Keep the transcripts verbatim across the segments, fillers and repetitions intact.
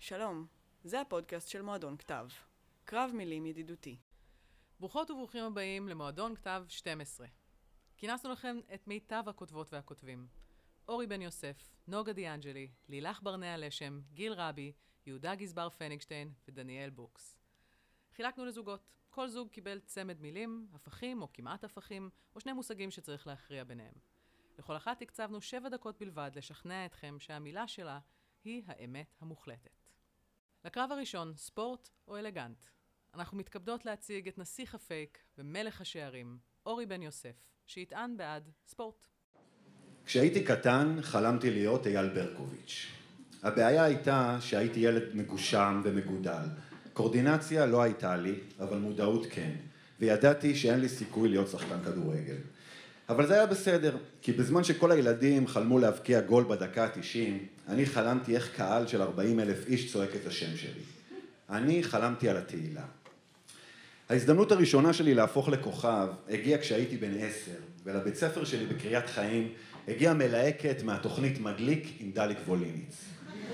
שלום, זה הפודקאסט של מועדון כתב. קרב מילים ידידותי. ברוכות וברוכים הבאים למועדון כתב שתים עשרה. כינסנו לכם את מיטב הכותבות והכותבים. אורי בן יוסף, נוגה דיאנג'לי, לילך ברנע לשם, גיל רבי, יהודה גזבר פניגשטיין ודניאל בוקס. חילקנו לזוגות. כל זוג קיבל צמד מילים, הפכים או כמעט הפכים, או שני מושגים שצריך להכריע ביניהם. לכל אחת הקצבנו שבע דקות בלבד לשכנע אתכם שהמילה שלה היא האמת המוחלטת. לקרב הראשון, ספורט או אלגנט. אנחנו מתכבדות להציג את נסיך הפייק ומלך השערים, אורי בן יוסף, שיטען בעד ספורט. כשהייתי קטן חלמתי להיות אייל ברקוביץ'. הבעיה הייתה שהייתי ילד מגושם ומגודל. קורדינציה לא הייתה לי, אבל מודעות כן, וידעתי שאין לי סיכוי להיות שחקן כדורגל. אבל זה היה בסדר, כי בזמן שכל הילדים חלמו להבקיע גול בדקה ה-תשעים, אני חלמתי איך קהל של ארבעים אלף איש צועק את השם שלי. אני חלמתי על התהילה. ההזדמנות הראשונה שלי להפוך לכוכב הגיעה כשהייתי בן עשר, ולבית ספר שלי בקריית חיים הגיעה מלהקת מהתוכנית מדליק עם דליק ווליניץ.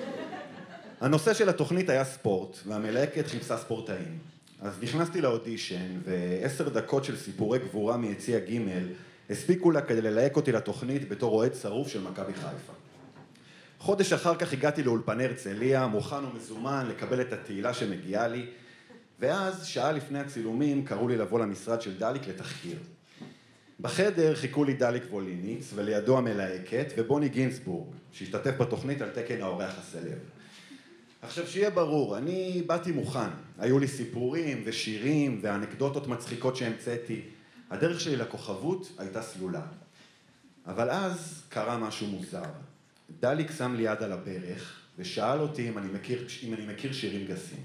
הנושא של התוכנית היה ספורט, והמלהקת חיפשה ספורטאים. אז נכנסתי לאודישן, ועשר דקות של סיפורי גבורה מיציע ג' הספיקו לה כדי ללהק אותי לתוכנית בתור אוהד שרוף של מכבי חיפה. חודש אחר כך הגעתי לאולפני הרצליה, מוכן ומזומן לקבל את התהילה שמגיעה לי, ואז שעה לפני הצילומים קראו לי לבוא למשרד של דליק לתחקיר. בחדר חיכו לי דליק ווליניץ ולידו המלהקת ובוני גינסבורג, שהשתתף בתוכנית על תקן האורח הסלב. עכשיו שיהיה ברור, אני באתי מוכן, היו לי סיפורים ושירים ואנקדוטות מצחיקות שהמצאתי. הדרך שלי לכוכבות הייתה סלולה. אבל אז קרה משהו מוזר. דליק שם לי יד על הברך ושאל אותי אם אני מכיר, אם אני מכיר שירים גסים.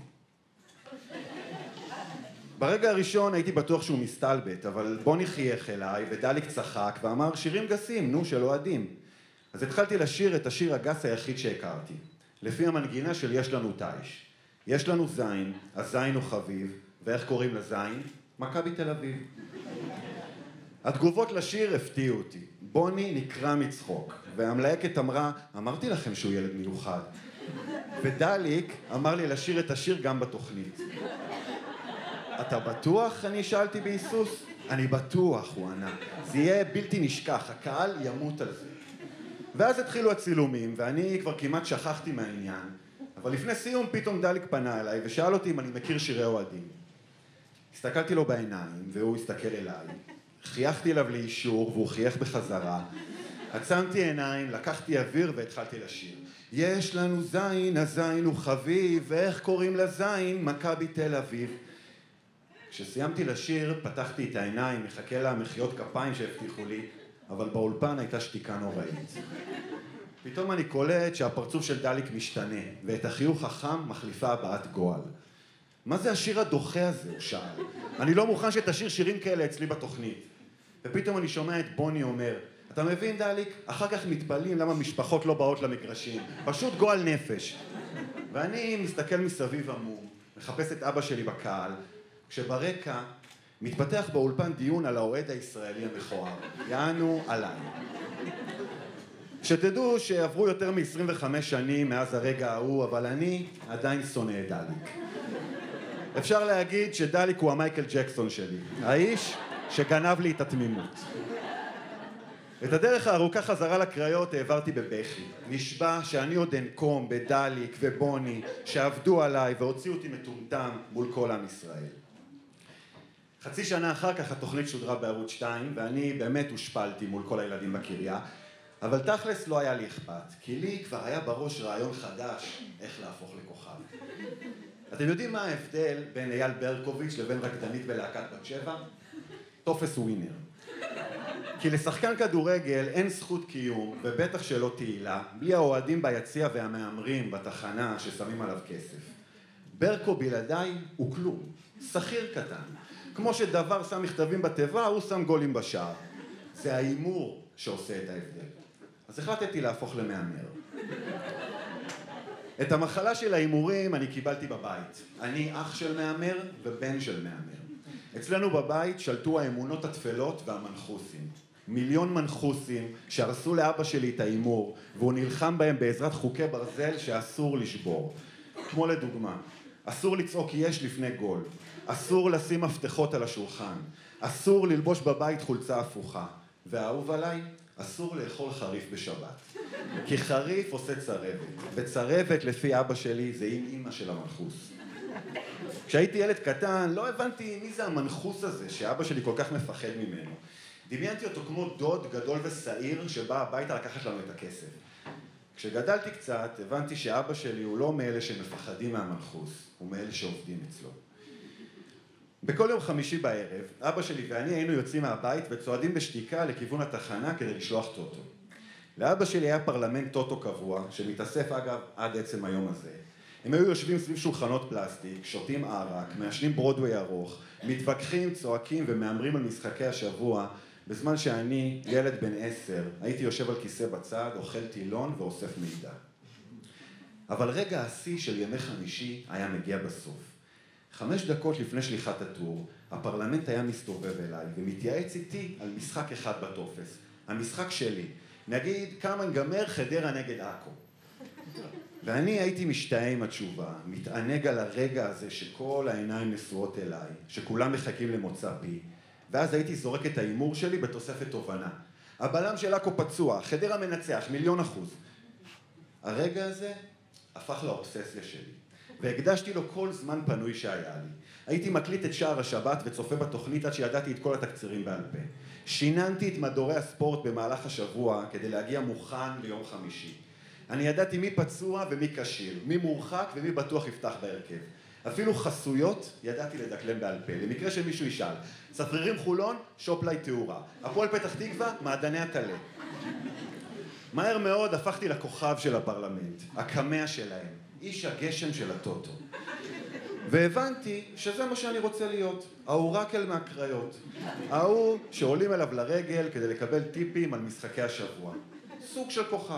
ברגע הראשון הייתי בטוח שהוא מסתלבט, אבל בוני חייך אליי ודליק צחק ואמר שירים גסים, נו, של אוהדים. אז התחלתי לשיר את השיר הגס היחיד שהכרתי. לפי המנגינה של יש לנו תיש. יש לנו זין, הזין הוא חביב, ואיך קוראים לזין? מכבי תל אביב. התגובות לשיר הפתיעו אותי. בוני נקרא מצחוק, והמלהקת אמרה, אמרתי לכם שהוא ילד מיוחד. ודליק אמר לי לשיר את השיר גם בתוכנית. אתה בטוח? אני שאלתי בהיסוס. אני בטוח, הוא ענה. זה יהיה בלתי נשכח, הקהל ימות על זה. ואז התחילו הצילומים, ואני כבר כמעט שכחתי מהעניין, אבל לפני סיום פתאום דליק פנה אליי ושאל אותי אם אני מכיר שירי אוהדים. הסתכלתי לו בעיניים, והוא הסתכל אליי. חייכתי אליו לאישור, והוא חייך בחזרה. עצמתי עיניים, לקחתי אוויר והתחלתי לשיר. יש לנו זין, הזין הוא חביב, ואיך קוראים לזין? מכבי תל אביב. כשסיימתי לשיר, פתחתי את העיניים, מחכה לה מחיאות כפיים שהבטיחו לי, אבל באולפן הייתה שתיקה נוראית. פתאום אני קולט שהפרצוף של דליק משתנה, ואת החיוך החם מחליפה הבעת גועל. מה זה השיר הדוחה הזה? הוא שאל. אני לא מוכן שתשיר שירים כאלה אצלי בתוכנית. ופתאום אני שומע את בוני אומר, אתה מבין דליק? אחר כך מתפלאים למה משפחות לא באות למגרשים. פשוט גועל נפש. ואני מסתכל מסביב עמום, מחפש את אבא שלי בקהל, כשברקע מתפתח באולפן דיון על האוהד הישראלי המכוער. יענו עליי. שתדעו שעברו יותר מ-עשרים וחמש שנים מאז הרגע ההוא, אבל אני עדיין שונא את דליק. אפשר להגיד שדליק הוא המייקל ג'קסון שלי, האיש שגנב לי את התמימות. את הדרך הארוכה חזרה לקריות העברתי בבכי. נשבע שאני עוד אנקום בדליק ובוני שעבדו עליי והוציאו אותי מטומטם מול כל עם ישראל. חצי שנה אחר כך התוכנית שודרה בערוץ שתיים, ואני באמת הושפלתי מול כל הילדים בקריה, אבל תכלס לא היה לי אכפת, כי לי כבר היה בראש רעיון חדש איך להפוך לכוכב. אתם יודעים מה ההבדל בין אייל ברקוביץ' לבין רקדנית בלהקת בת שבע? תופס ווינר. כי לשחקן כדורגל אין זכות קיום, ובטח שלא תהילה, בלי האוהדים ביציע והמאמרים בתחנה ששמים עליו כסף. ברקו בלעדיי הוא כלום, שכיר קטן. כמו שדבר שם מכתבים בתיבה, הוא שם גולים בשער. זה האימור שעושה את ההבדל. אז החלטתי להפוך למאמר. את המחלה של האימורים אני קיבלתי בבית. אני אח של מאמר ובן של מאמר. אצלנו בבית שלטו האמונות התפלות והמנחוסים. מיליון מנחוסים שהרסו לאבא שלי את האימור, והוא נלחם בהם בעזרת חוקי ברזל שאסור לשבור. כמו לדוגמה, אסור לצעוק יש לפני גול, אסור לשים מפתחות על השולחן, אסור ללבוש בבית חולצה הפוכה, והאהוב עליי, אסור לאכול חריף בשבת. כי חריף עושה צרבת, וצרבת לפי אבא שלי זה עם אמא של המנחוס. כשהייתי ילד קטן לא הבנתי מי זה המנחוס הזה שאבא שלי כל כך מפחד ממנו. דמיינתי אותו כמו דוד גדול ושעיר שבא הביתה לקחת לנו את הכסף. כשגדלתי קצת הבנתי שאבא שלי הוא לא מאלה שמפחדים מהמנחוס, הוא מאלה שעובדים אצלו. בכל יום חמישי בערב, אבא שלי ואני היינו יוצאים מהבית וצועדים בשתיקה לכיוון התחנה כדי לשלוח טוטו. לאבא שלי היה פרלמנט טוטו קבוע, שמתאסף אגב עד עצם היום הזה. הם היו יושבים סביב שולחנות פלסטיק, שותים ערק, מעשנים ברודווי ארוך, מתווכחים, צועקים ומאמרים על משחקי השבוע, בזמן שאני, ילד בן עשר, הייתי יושב על כיסא בצד, אוכל טילון ואוסף מידע. אבל רגע השיא של ימי חמישי היה מגיע בסוף. חמש דקות לפני שליחת הטור, הפרלמנט היה מסתובב אליי ומתייעץ איתי על משחק אחד בטופס. המשחק שלי. נגיד כמה נגמר חדרה נגד עכו. ואני הייתי משתאה עם התשובה, מתענג על הרגע הזה שכל העיניים נשואות אליי, שכולם מחכים למוצא פי, ואז הייתי זורק את האימור שלי בתוספת תובנה. הבלם של עכו פצוע, חדרה מנצח, מיליון אחוז. הרגע הזה הפך לאובססיה שלי. והקדשתי לו כל זמן פנוי שהיה לי. הייתי מקליט את שער השבת וצופה בתוכנית עד שידעתי את כל התקצירים בעל פה. שיננתי את מדורי הספורט במהלך השבוע כדי להגיע מוכן ליום חמישי. אני ידעתי מי פצוע ומי קשיר, מי מורחק ומי בטוח יפתח בהרכב. אפילו חסויות ידעתי לדקלם בעל פה, למקרה שמישהו ישאל. צפרירים חולון, שופלי תאורה. הפועל פתח תקווה, מעדני התלה. מהר מאוד הפכתי לכוכב של הפרלמנט, הקמע שלהם. איש הגשם של הטוטו. והבנתי שזה מה שאני רוצה להיות, האורקל מהקריות. ההוא שעולים אליו לרגל כדי לקבל טיפים על משחקי השבוע. סוג של כוכב.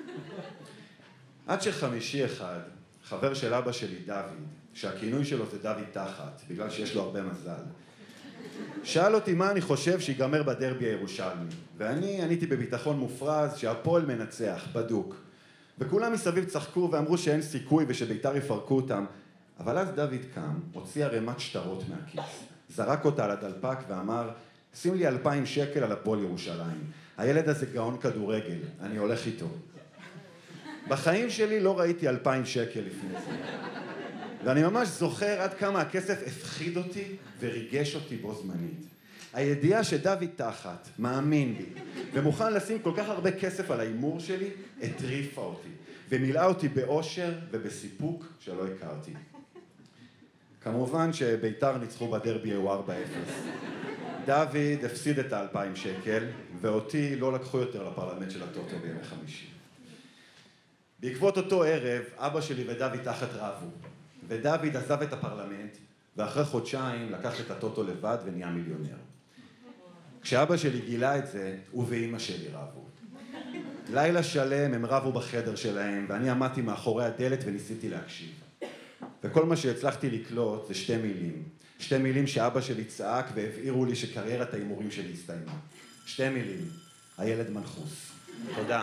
עד שחמישי אחד, חבר של אבא שלי, דוד, שהכינוי שלו זה דוד תחת, בגלל שיש לו הרבה מזל, שאל אותי מה אני חושב שיגמר בדרבי הירושלמי. ואני עניתי בביטחון מופרז שהפועל מנצח, בדוק. וכולם מסביב צחקו ואמרו שאין סיכוי ושביתר יפרקו אותם. אבל אז דוד קם, הוציא ערימת שטרות מהכיס, זרק אותה על הדלפק ואמר, שים לי אלפיים שקל על הפועל ירושלים. הילד הזה גאון כדורגל, אני הולך איתו. בחיים שלי לא ראיתי אלפיים שקל לפני זה. ואני ממש זוכר עד כמה הכסף הפחיד אותי וריגש אותי בו זמנית. הידיעה שדוד תחת מאמין בי ומוכן לשים כל כך הרבה כסף על האימור שלי, הטריפה אותי ומילאה אותי באושר ובסיפוק שלא הכרתי. כמובן שביתר ניצחו בדרבי הוא ארבע אפס. דוד הפסיד את האלפיים שקל ואותי לא לקחו יותר לפרלמנט של הטוטו בימי חמישי. בעקבות אותו ערב אבא שלי ודוד תחת רבו ודוד עזב את הפרלמנט ואחרי חודשיים לקח את הטוטו לבד ונהיה מיליונר. כשאבא שלי גילה את זה, הוא ואמא שלי רבו. לילה שלם הם רבו בחדר שלהם, ואני עמדתי מאחורי הדלת וניסיתי להקשיב. וכל מה שהצלחתי לקלוט זה שתי מילים. שתי מילים שאבא שלי צעק והבהירו לי שקריירת ההימורים שלי הסתיימה. שתי מילים, הילד מנחוס. תודה.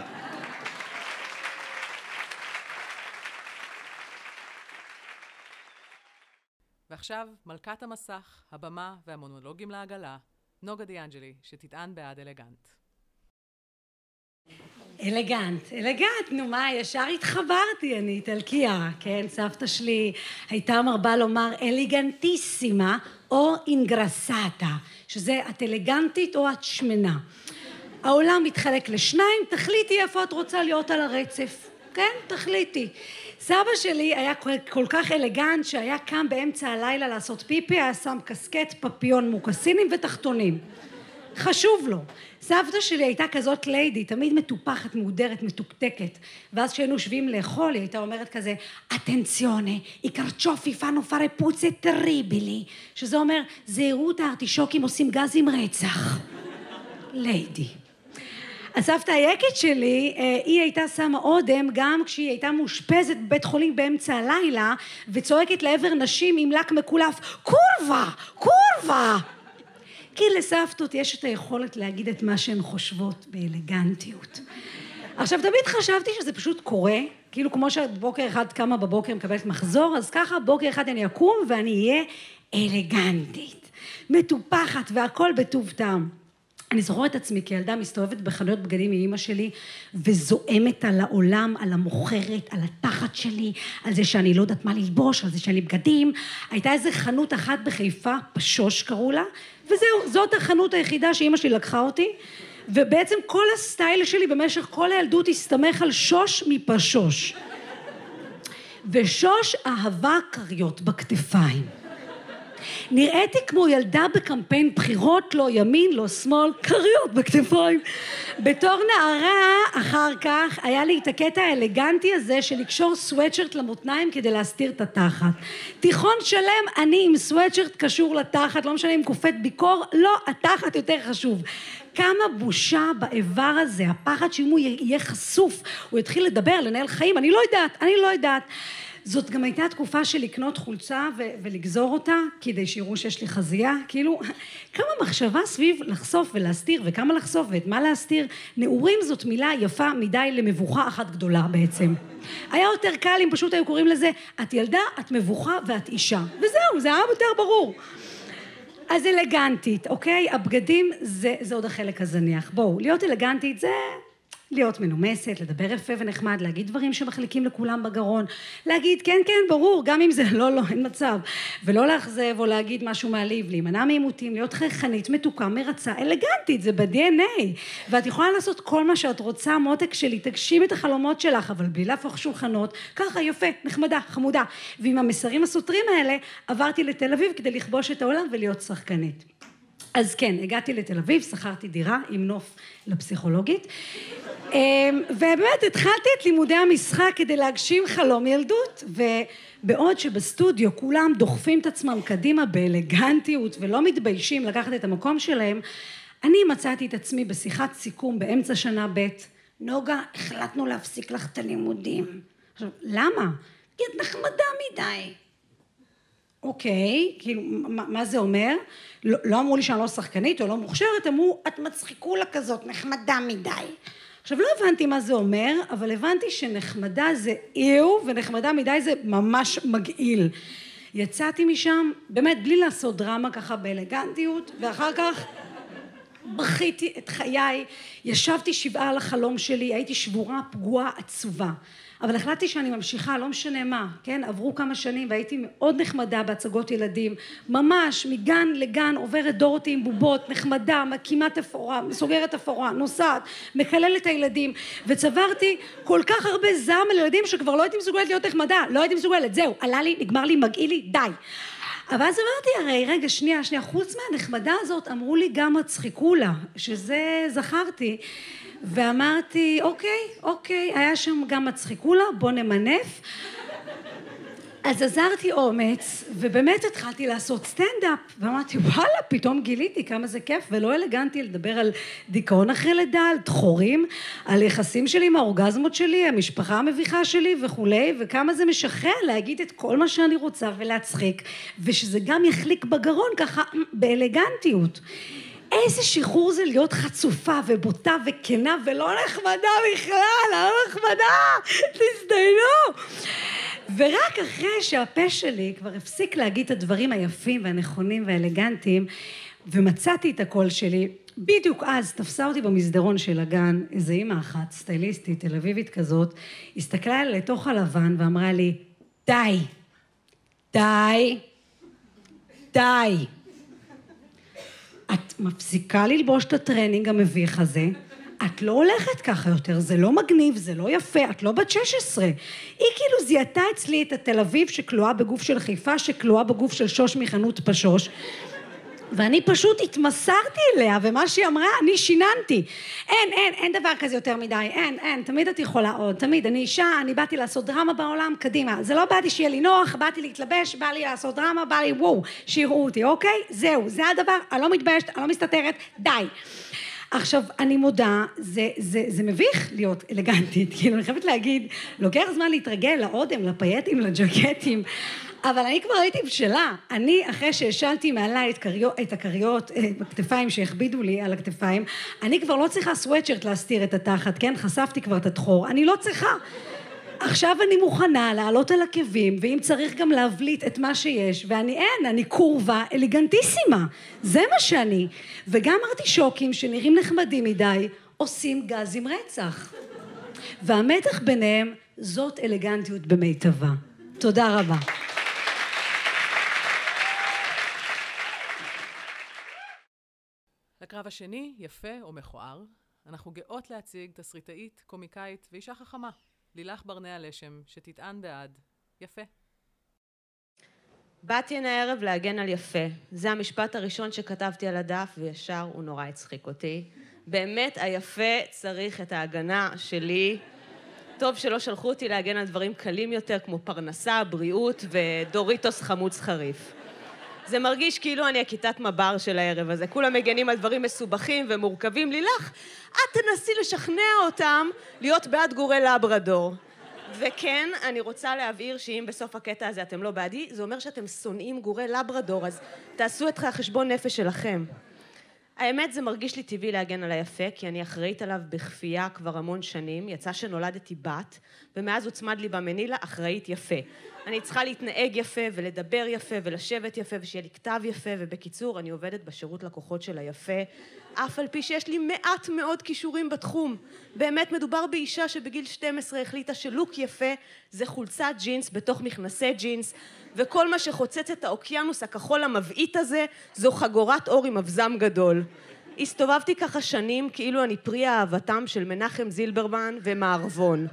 ועכשיו, מלכת המסך, הבמה והמונולוגים לעגלה, נוגה דיאנג'לי, שתטען בעד אלגנט. אלגנט, אלגנט, נו מה, ישר התחברתי, אני איטלקיה, כן? סבתא שלי הייתה מרבה לומר אלגנטיסימה או אינגרסטה, שזה את אלגנטית או את שמנה. העולם מתחלק לשניים, תחליטי איפה את רוצה להיות על הרצף, כן? תחליטי. סבא שלי היה כל כך אלגנט שהיה קם באמצע הלילה לעשות פיפי, היה שם קסקט, פפיון, מוקסינים ותחתונים. חשוב לו. סבתא שלי הייתה כזאת ליידי, תמיד מטופחת, מהודרת, מתוקתקת. ואז כשהיינו שווים לאכול, היא הייתה אומרת כזה, אטנציונה, i carciofi fanno fare puzze terribili. שזה אומר, זהירות, הארטישוקים עושים גז עם רצח. ליידי. הסבתא היקית שלי, היא הייתה שמה אודם גם כשהיא הייתה מאושפזת בבית חולים באמצע הלילה, וצועקת לעבר נשים עם לק מקולף, קורבה, קורבה! כי לסבתות יש את היכולת להגיד את מה שהן חושבות באלגנטיות. עכשיו, תמיד חשבתי שזה פשוט קורה, כאילו כמו שבוקר אחד קמה בבוקר מקבלת מחזור, אז ככה בוקר אחד אני אקום ואני אהיה אלגנטית, מטופחת והכל בטוב טעם. אני זוכרת את עצמי כילדה מסתובבת בחנויות בגדים עם אמא שלי וזועמת על העולם, על המוכרת, על התחת שלי, על זה שאני לא יודעת מה ללבוש, על זה שאני בגדים. הייתה איזו חנות אחת בחיפה, פשוש קראו לה, וזהו, זאת החנות היחידה שאמא שלי לקחה אותי, ובעצם כל הסטייל שלי במשך כל הילדות הסתמך על שוש מפשוש. ושוש אהבה קריות בכתפיים. נראיתי כמו ילדה בקמפיין בחירות, לא ימין, לא שמאל, קריות בכתפיים. בתור נערה, אחר כך, היה לי את הקטע האלגנטי הזה של לקשור סוואטשרט למותניים כדי להסתיר את התחת. תיכון שלם, אני עם סוואטשרט קשור לתחת, לא משנה אם קופאת ביקור, לא, התחת יותר חשוב. כמה בושה באיבר הזה, הפחד שאם הוא יהיה חשוף, הוא יתחיל לדבר, לנהל חיים, אני לא יודעת, אני לא יודעת. זאת גם הייתה תקופה של לקנות חולצה ו- ולגזור אותה, כדי שיראו שיש לי חזייה, כאילו, כמה מחשבה סביב לחשוף ולהסתיר, וכמה לחשוף ואת מה להסתיר. נעורים זאת מילה יפה מדי למבוכה אחת גדולה בעצם. היה יותר קל אם פשוט היו קוראים לזה, את ילדה, את מבוכה ואת אישה. וזהו, זה היה יותר ברור. אז אלגנטית, אוקיי? הבגדים זה, זה עוד החלק הזניח. בואו, להיות אלגנטית זה להיות מנומסת, לדבר יפה ונחמד, להגיד דברים שמחליקים לכולם בגרון, להגיד כן, כן, ברור, גם אם זה לא, לא, אין מצב, ולא לאכזב או להגיד משהו מעליב, להימנע מעימותים, להיות חייכנית, מתוקה, מרצה, אלגנטית, זה ב-די אן איי, ואת יכולה לעשות כל מה שאת רוצה, מותק שלי, תגשים את החלומות שלך, אבל בלי להפוך שולחנות, ככה יפה, נחמדה, חמודה, ועם המסרים הסותרים האלה, עברתי לתל אביב כדי לכבוש את העולם ולהיות שחקנית. אז כן, הגעתי לתל אביב, שכרתי דירה עם נוף לפסיכולוגית, ובאמת התחלתי את לימודי המשחק כדי להגשים חלום ילדות, ובעוד שבסטודיו כולם דוחפים את עצמם קדימה באלגנטיות ולא מתביישים לקחת את המקום שלהם, אני מצאתי את עצמי בשיחת סיכום באמצע שנה ב', נוגה, החלטנו להפסיק לך את הלימודים. עכשיו, למה? כי את נחמדה מדי. אוקיי, כאילו, מה, מה זה אומר? לא, לא אמרו לי שאני לא שחקנית או לא מוכשרת, אמרו, את מצחיקולה כזאת, נחמדה מדי. עכשיו, לא הבנתי מה זה אומר, אבל הבנתי שנחמדה זה איו, ונחמדה מדי זה ממש מגעיל. יצאתי משם, באמת, בלי לעשות דרמה ככה באלגנטיות, ואחר כך בכיתי את חיי, ישבתי שבעה על החלום שלי, הייתי שבורה, פגועה, עצובה. אבל החלטתי שאני ממשיכה, לא משנה מה, כן? עברו כמה שנים והייתי מאוד נחמדה בהצגות ילדים, ממש מגן לגן עוברת דורותי עם בובות, נחמדה, מקימה תפאורה, סוגרת תפאורה, נוסעת, מקללת את הילדים, וצברתי כל כך הרבה זעם על ילדים שכבר לא הייתי מסוגלת להיות נחמדה, לא הייתי מסוגלת, זהו, עלה לי, נגמר לי, מגעיל לי, די. אבל אז אמרתי, הרי, רגע, שנייה, שנייה, חוץ מהנחמדה הזאת, אמרו לי גם הצחיקולה, שזה זכרתי, ואמרתי, אוקיי, אוקיי, היה שם גם מצחיקולה, בוא נמנף. אז עזרתי אומץ, ובאמת התחלתי לעשות סטנדאפ, ואמרתי, וואלה, פתאום גיליתי כמה זה כיף, ולא אלגנטי לדבר על דיכאון אחרי לידה, על דחורים, על יחסים שלי עם האורגזמות שלי, המשפחה המביכה שלי וכולי, וכמה זה משחרר להגיד את כל מה שאני רוצה ולהצחיק, ושזה גם יחליק בגרון ככה באלגנטיות. איזה שחרור זה להיות חצופה ובוטה וכנה ולא נחמדה בכלל, לא נחמדה, תזדיינו. ורק אחרי שהפה שלי כבר הפסיק להגיד את הדברים היפים והנכונים והאלגנטיים, ומצאתי את הקול שלי, בדיוק אז תפסה אותי במסדרון של הגן, איזו אמא אחת, סטייליסטית, תל אביבית כזאת, הסתכלה עליה לתוך הלבן ואמרה לי, די, די, די. את מפסיקה ללבוש את הטרנינג המביך הזה, את לא הולכת ככה יותר, זה לא מגניב, זה לא יפה, את לא בת שש עשרה. היא כאילו זיהתה אצלי את התל אביב שכלואה בגוף של חיפה, שכלואה בגוף של שוש מחנות פשוש, ואני פשוט התמסרתי אליה, ומה שהיא אמרה, אני שיננתי. אין, אין, אין דבר כזה יותר מדי, אין, אין, תמיד את יכולה עוד, תמיד, אני אישה, אני באתי לעשות דרמה בעולם, קדימה, זה לא באתי שיהיה לי נוח, באתי להתלבש, בא לי לעשות דרמה, בא לי, וואו, שיראו אותי, אוקיי? זהו, זה הדבר, אני לא מתביישת, אני לא מסתתרת, די. עכשיו, אני מודה, זה, זה, זה מביך להיות אלגנטית, כאילו, אני חייבת להגיד, לוקח זמן להתרגל לאודם, לפייטים, לג'קטים, אבל אני כבר הייתי בשלה. אני, אחרי שהשלתי מעליי את, קריו, את הקריות, בכתפיים שהכבידו לי על הכתפיים, אני כבר לא צריכה סוואטשרט להסתיר את התחת, כן? חשפתי כבר את התחור, אני לא צריכה. עכשיו אני מוכנה לעלות על עקבים, ואם צריך גם להבליט את מה שיש, ואני אין, אני קורבה אלגנטיסימה, זה מה שאני. וגם ארטישוקים שנראים נחמדים מדי, עושים גז עם רצח. והמתח ביניהם, זאת אלגנטיות במיטבה. תודה רבה. לקרב השני, יפה או מכוער, אנחנו גאות להציג תסריטאית, קומיקאית ואישה חכמה. לילך ברנע לשם, שתטען בעד. יפה. באתי הנה הערב להגן על יפה. זה המשפט הראשון שכתבתי על הדף, וישר הוא נורא הצחיק אותי. באמת, היפה צריך את ההגנה שלי. טוב שלא שלחו אותי להגן על דברים קלים יותר, כמו פרנסה, בריאות ודוריטוס חמוץ חריף. זה מרגיש כאילו אני הכיתת מב"ר של הערב הזה. כולם מגנים על דברים מסובכים ומורכבים. לילך, את תנסי לשכנע אותם להיות בעד גורי לברדור. וכן, אני רוצה להבהיר שאם בסוף הקטע הזה אתם לא בעדי, זה אומר שאתם שונאים גורי לברדור, אז תעשו את החשבון נפש שלכם. האמת, זה מרגיש לי טבעי להגן על היפה, כי אני אחראית עליו בכפייה כבר המון שנים. יצא שנולדתי בת, ומאז הוצמד לי במנילה אחראית יפה. אני צריכה להתנהג יפה ולדבר יפה ולשבת יפה ושיהיה לי כתב יפה, ובקיצור, אני עובדת בשירות לקוחות של היפה, אף על פי שיש לי מעט מאוד כישורים בתחום. באמת מדובר באישה שבגיל שתים עשרה החליטה שלוק יפה זה חולצת ג'ינס בתוך מכנסי ג'ינס, וכל מה שחוצץ את האוקיינוס הכחול המבעית הזה זו חגורת אור עם אבזם גדול. הסתובבתי ככה שנים כאילו אני פרי אהבתם של מנחם זילברמן ומערבון.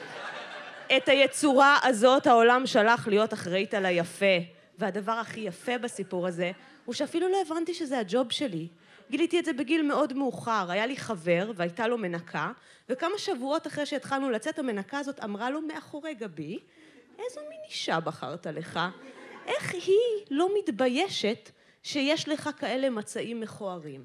את היצורה הזאת העולם שלח להיות אחראית על היפה, והדבר הכי יפה בסיפור הזה הוא שאפילו לא הבנתי שזה הג'וב שלי. גיליתי את זה בגיל מאוד מאוחר. היה לי חבר והייתה לו מנקה, וכמה שבועות אחרי שהתחלנו לצאת, המנקה הזאת אמרה לו מאחורי גבי, איזו מין אישה בחרת לך? איך היא לא מתביישת שיש לך כאלה מצעים מכוערים?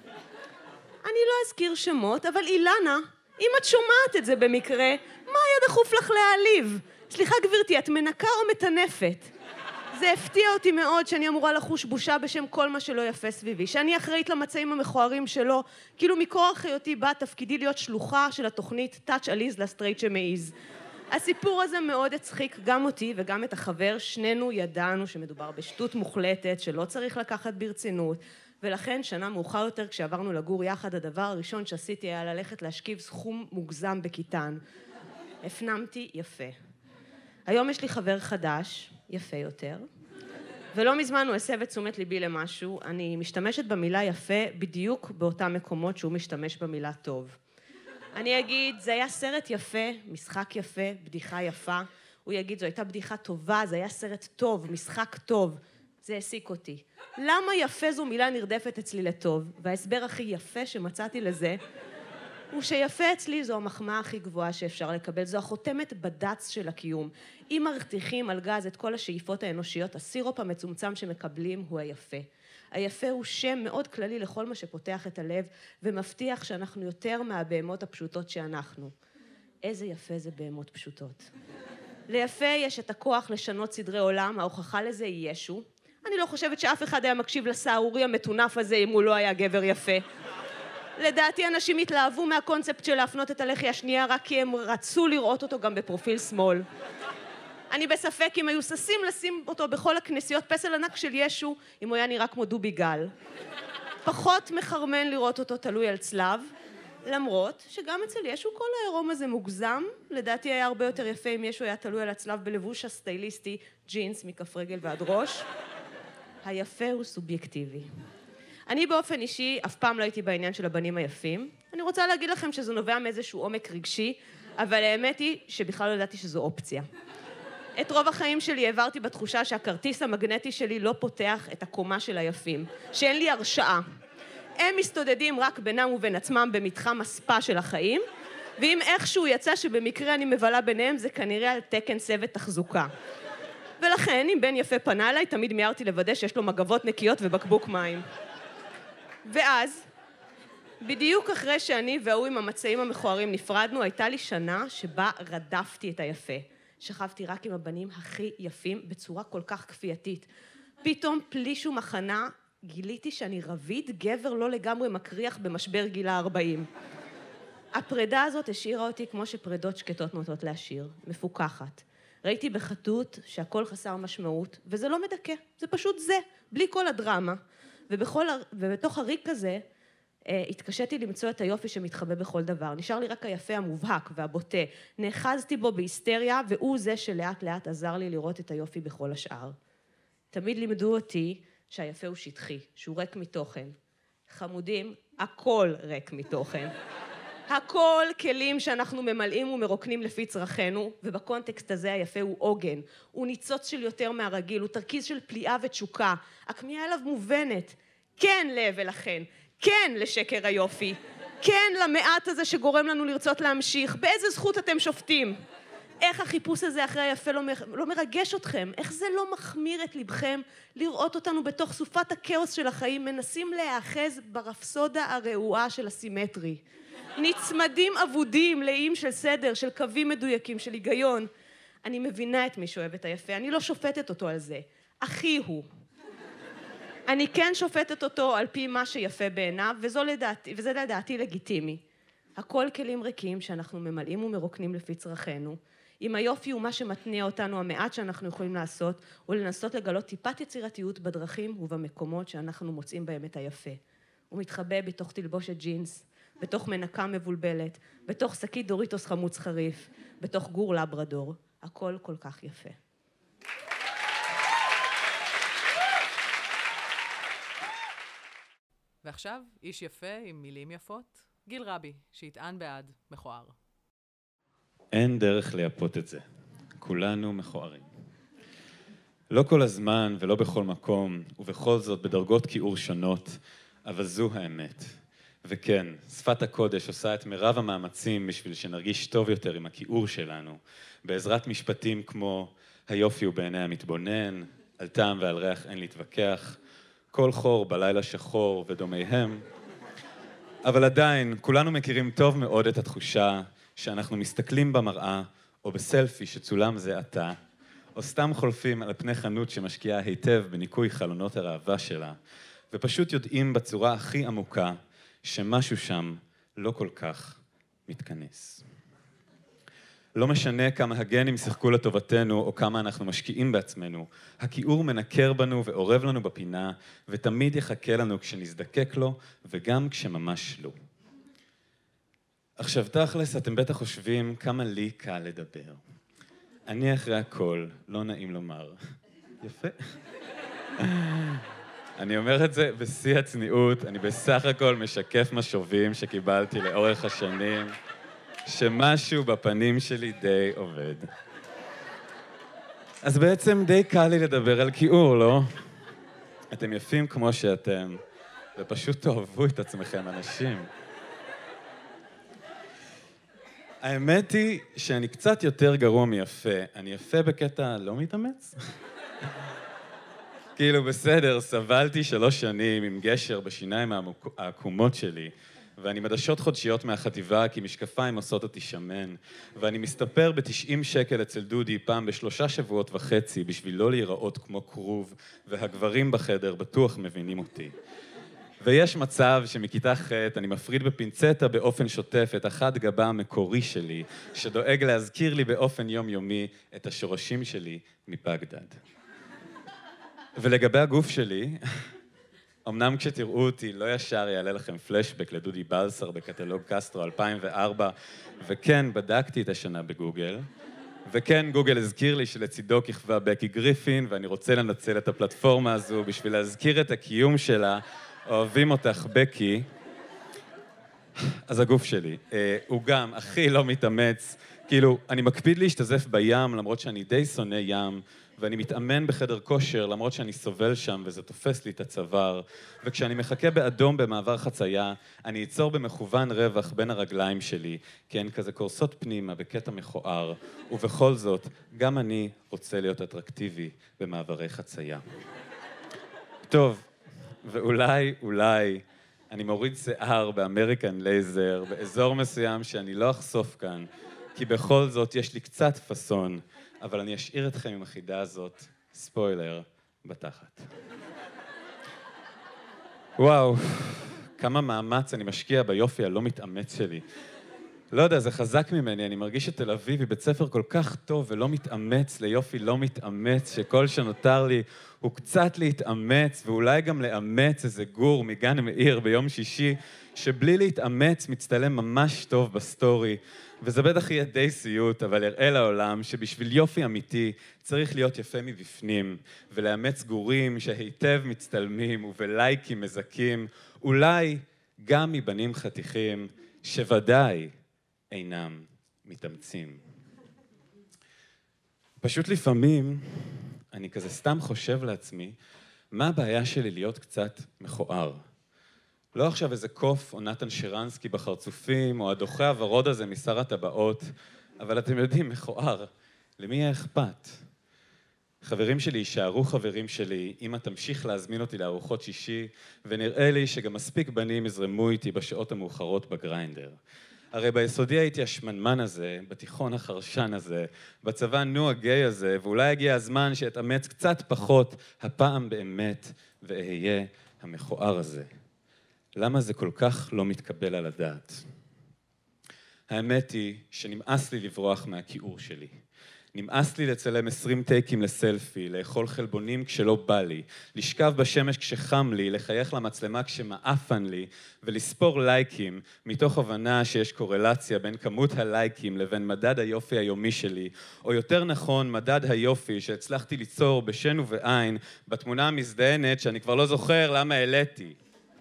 אני לא אזכיר שמות, אבל אילנה, אם את שומעת את זה במקרה, מה היה דחוף לך להעליב? סליחה גברתי, את מנקה או מטנפת? זה הפתיע אותי מאוד שאני אמורה לחוש בושה בשם כל מה שלא יפה סביבי, שאני אחראית למצעים המכוערים שלו, כאילו מכוח היותי בא תפקידי להיות שלוחה של התוכנית Touch Alize לסטרייט שמעיז. הסיפור הזה מאוד הצחיק גם אותי וגם את החבר, שנינו ידענו שמדובר בשטות מוחלטת שלא צריך לקחת ברצינות, ולכן שנה מאוחר יותר כשעברנו לגור יחד, הדבר הראשון שעשיתי היה ללכת להשכיב סכום מוגזם בכיתן. הפנמתי יפה. היום יש לי חבר חדש, יפה יותר, ולא מזמן הוא הסב את תשומת ליבי למשהו. אני משתמשת במילה יפה בדיוק באותם מקומות שהוא משתמש במילה טוב. אני אגיד, זה היה סרט יפה, משחק יפה, בדיחה יפה. הוא יגיד, זו הייתה בדיחה טובה, זה היה סרט טוב, משחק טוב. זה העסיק אותי. למה יפה זו מילה נרדפת אצלי לטוב? וההסבר הכי יפה שמצאתי לזה, הוא שיפה אצלי זו המחמאה הכי גבוהה שאפשר לקבל. זו החותמת בדץ של הקיום. אם מרתיחים על גז את כל השאיפות האנושיות, הסירופ המצומצם שמקבלים הוא היפה. היפה הוא שם מאוד כללי לכל מה שפותח את הלב, ומבטיח שאנחנו יותר מהבהמות הפשוטות שאנחנו. איזה יפה זה בהמות פשוטות. ליפה יש את הכוח לשנות סדרי עולם, ההוכחה לזה היא ישו. אני לא חושבת שאף אחד היה מקשיב לסערורי המטונף הזה אם הוא לא היה גבר יפה. לדעתי אנשים התלהבו מהקונספט של להפנות את הלחי השנייה רק כי הם רצו לראות אותו גם בפרופיל שמאל. אני בספק אם היו ששים לשים אותו בכל הכנסיות פסל ענק של ישו, אם הוא היה נראה כמו דובי גל. פחות מחרמן לראות אותו תלוי על צלב, למרות שגם אצל ישו כל העירום הזה מוגזם. לדעתי היה הרבה יותר יפה אם ישו היה תלוי על הצלב בלבוש הסטייליסטי, ג'ינס מכף רגל ועד ראש. היפה הוא סובייקטיבי. אני באופן אישי אף פעם לא הייתי בעניין של הבנים היפים. אני רוצה להגיד לכם שזה נובע מאיזשהו עומק רגשי, אבל האמת היא שבכלל לא ידעתי שזו אופציה. את רוב החיים שלי העברתי בתחושה שהכרטיס המגנטי שלי לא פותח את הקומה של היפים, שאין לי הרשאה. הם מסתודדים רק בינם ובין עצמם במתחם הספה של החיים, ואם איכשהו יצא שבמקרה אני מבלה ביניהם, זה כנראה על תקן צוות תחזוקה. ולכן, אם בן יפה פנה אליי, תמיד מיהרתי לוודא שיש לו מגבות נקיות ובקבוק מים. ואז, בדיוק אחרי שאני והוא עם המצעים המכוערים נפרדנו, הייתה לי שנה שבה רדפתי את היפה. שכבתי רק עם הבנים הכי יפים בצורה כל כך כפייתית. פתאום פליש ומחנה גיליתי שאני רביד גבר לא לגמרי מקריח במשבר גיל ה-ארבעים. הפרידה הזאת השאירה אותי כמו שפרידות שקטות נוטות להשאיר, מפוקחת. ראיתי בחטות שהכל חסר משמעות, וזה לא מדכא, זה פשוט זה, בלי כל הדרמה. ובכל, ובתוך הריק הזה, התקשיתי למצוא את היופי שמתחבא בכל דבר. נשאר לי רק היפה המובהק והבוטה. נאחזתי בו בהיסטריה, והוא זה שלאט לאט עזר לי לראות את היופי בכל השאר. תמיד לימדו אותי שהיפה הוא שטחי, שהוא ריק מתוכן. חמודים, הכל ריק מתוכן. הכל כלים שאנחנו ממלאים ומרוקנים לפי צרכנו, ובקונטקסט הזה היפה הוא עוגן. הוא ניצוץ של יותר מהרגיל, הוא תרכיז של פליאה ותשוקה. הכמיהה אליו מובנת. כן להבל החן, כן לשקר היופי, כן למעט הזה שגורם לנו לרצות להמשיך. באיזה זכות אתם שופטים? איך החיפוש הזה אחרי היפה לא, לא מרגש אתכם? איך זה לא מחמיר את לבכם לראות אותנו בתוך סופת הכאוס של החיים, מנסים להאחז ברפסודה הרעועה של הסימטרי? נצמדים אבודים, לאיים של סדר, של קווים מדויקים, של היגיון. אני מבינה את מי שאוהב את היפה, אני לא שופטת אותו על זה. אחי הוא. אני כן שופטת אותו על פי מה שיפה בעיניו, וזו לדעתי, וזה לדעתי לגיטימי. הכל כלים ריקים שאנחנו ממלאים ומרוקנים לפי צרכנו. אם היופי הוא מה שמתניע אותנו, המעט שאנחנו יכולים לעשות, הוא לנסות לגלות טיפת יצירתיות בדרכים ובמקומות שאנחנו מוצאים בהם את היפה. הוא מתחבא בתוך תלבושת ג'ינס, בתוך מנקה מבולבלת, בתוך שקית דוריטוס חמוץ חריף, בתוך גור לברדור. הכל כל כך יפה. ועכשיו, איש יפה עם מילים יפות, גיל רבי, שיטען בעד מכוער. אין דרך לייפות את זה. כולנו מכוערים. לא כל הזמן ולא בכל מקום, ובכל זאת בדרגות כיעור שונות, אבל זו האמת. וכן, שפת הקודש עושה את מרב המאמצים בשביל שנרגיש טוב יותר עם הכיעור שלנו, בעזרת משפטים כמו היופי הוא בעיני המתבונן, על טעם ועל ריח אין להתווכח, כל חור בלילה שחור ודומיהם, אבל עדיין כולנו מכירים טוב מאוד את התחושה שאנחנו מסתכלים במראה או בסלפי שצולם זה עתה, או סתם חולפים על פני חנות שמשקיעה היטב בניקוי חלונות הראווה שלה, ופשוט יודעים בצורה הכי עמוקה שמשהו שם לא כל כך מתכנס. לא משנה כמה הגנים שיחקו לטובתנו או כמה אנחנו משקיעים בעצמנו, הכיעור מנקר בנו ועורב לנו בפינה, ותמיד יחכה לנו כשנזדקק לו וגם כשממש לא. עכשיו תכלס, אתם בטח חושבים כמה לי קל לדבר. אני אחרי הכל, לא נעים לומר. יפה. אני אומר את זה בשיא הצניעות, אני בסך הכל משקף משובים שקיבלתי לאורך השנים, שמשהו בפנים שלי די עובד. אז בעצם די קל לי לדבר על כיעור, לא? אתם יפים כמו שאתם, ופשוט תאהבו את עצמכם, אנשים. האמת היא שאני קצת יותר גרוע מיפה. אני יפה בקטע לא מתאמץ? כאילו בסדר, סבלתי שלוש שנים עם גשר בשיניים העקומות שלי, ואני מדשות חודשיות מהחטיבה כי משקפיים עושות אותי שמן, ואני מסתפר ב-תשעים שקל אצל דודי פעם בשלושה שבועות וחצי בשביל לא להיראות כמו כרוב, והגברים בחדר בטוח מבינים אותי. ויש מצב שמכיתה ח' אני מפריד בפינצטה באופן שוטף את אחד גבה המקורי שלי, שדואג להזכיר לי באופן יומיומי את השורשים שלי מבגדד. ולגבי הגוף שלי, אמנם כשתראו אותי לא ישר יעלה לכם פלשבק לדודי בלסר בקטלוג קסטרו אלפיים וארבע, וכן, בדקתי את השנה בגוגל, וכן, גוגל הזכיר לי שלצידו כיכבה בקי גריפין, ואני רוצה לנצל את הפלטפורמה הזו בשביל להזכיר את הקיום שלה. אוהבים אותך, בקי. אז הגוף שלי, הוא גם הכי לא מתאמץ, כאילו, אני מקפיד להשתזף בים, למרות שאני די שונא ים, ואני מתאמן בחדר כושר, למרות שאני סובל שם וזה תופס לי את הצוואר, וכשאני מחכה באדום במעבר חצייה, אני אצור במכוון רווח בין הרגליים שלי, כי הן כזה קורסות פנימה בקטע מכוער, ובכל זאת, גם אני רוצה להיות אטרקטיבי במעברי חצייה. טוב, ואולי, אולי, אני מוריד שיער באמריקן לייזר, באזור מסוים שאני לא אחשוף כאן, כי בכל זאת יש לי קצת פסון, אבל אני אשאיר אתכם עם החידה הזאת, ספוילר, בתחת. וואו, כמה מאמץ אני משקיע ביופי הלא מתאמץ שלי. לא יודע, זה חזק ממני, אני מרגיש שתל אביב היא בית ספר כל כך טוב ולא מתאמץ ליופי לא מתאמץ, שכל שנותר לי הוא קצת להתאמץ, ואולי גם לאמץ איזה גור מגן מאיר ביום שישי, שבלי להתאמץ מצטלם ממש טוב בסטורי, וזה בטח יהיה די סיוט, אבל יראה לעולם שבשביל יופי אמיתי צריך להיות יפה מבפנים, ולאמץ גורים שהיטב מצטלמים ובלייקים מזכים, אולי גם מבנים חתיכים שוודאי אינם מתאמצים. פשוט לפעמים אני כזה סתם חושב לעצמי, מה הבעיה שלי להיות קצת מכוער? לא עכשיו איזה קוף או נתן שרנסקי בחרצופים, או הדוחה הוורוד הזה משר הטבעות, אבל אתם יודעים, מכוער, למי יהיה אכפת? חברים שלי יישארו חברים שלי, אמא תמשיך להזמין אותי לארוחות שישי, ונראה לי שגם מספיק בנים יזרמו איתי בשעות המאוחרות בגריינדר. הרי ביסודי הייתי השמנמן הזה, בתיכון החרשן הזה, בצבא נו הגיי הזה, ואולי הגיע הזמן שאתאמץ קצת פחות, הפעם באמת, ואהיה המכוער הזה. למה זה כל כך לא מתקבל על הדעת? האמת היא שנמאס לי לברוח מהכיעור שלי. נמאס לי לצלם עשרים טייקים לסלפי, לאכול חלבונים כשלא בא לי, לשכב בשמש כשחם לי, לחייך למצלמה כשמאפן לי, ולספור לייקים מתוך הבנה שיש קורלציה בין כמות הלייקים לבין מדד היופי היומי שלי, או יותר נכון, מדד היופי שהצלחתי ליצור בשן ובעין בתמונה המזדיינת שאני כבר לא זוכר למה העליתי.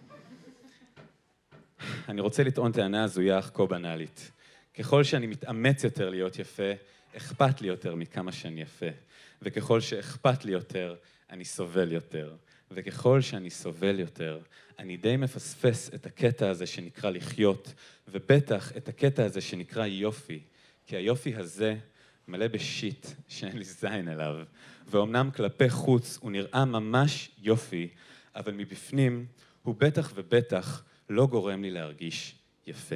אני רוצה לטעון טענה הזויה אך כה בנאלית. ככל שאני מתאמץ יותר להיות יפה, אכפת לי יותר מכמה שאני יפה, וככל שאכפת לי יותר, אני סובל יותר, וככל שאני סובל יותר, אני די מפספס את הקטע הזה שנקרא לחיות, ובטח את הקטע הזה שנקרא יופי, כי היופי הזה מלא בשיט שאין לי זין אליו, ואומנם כלפי חוץ הוא נראה ממש יופי, אבל מבפנים הוא בטח ובטח לא גורם לי להרגיש יפה.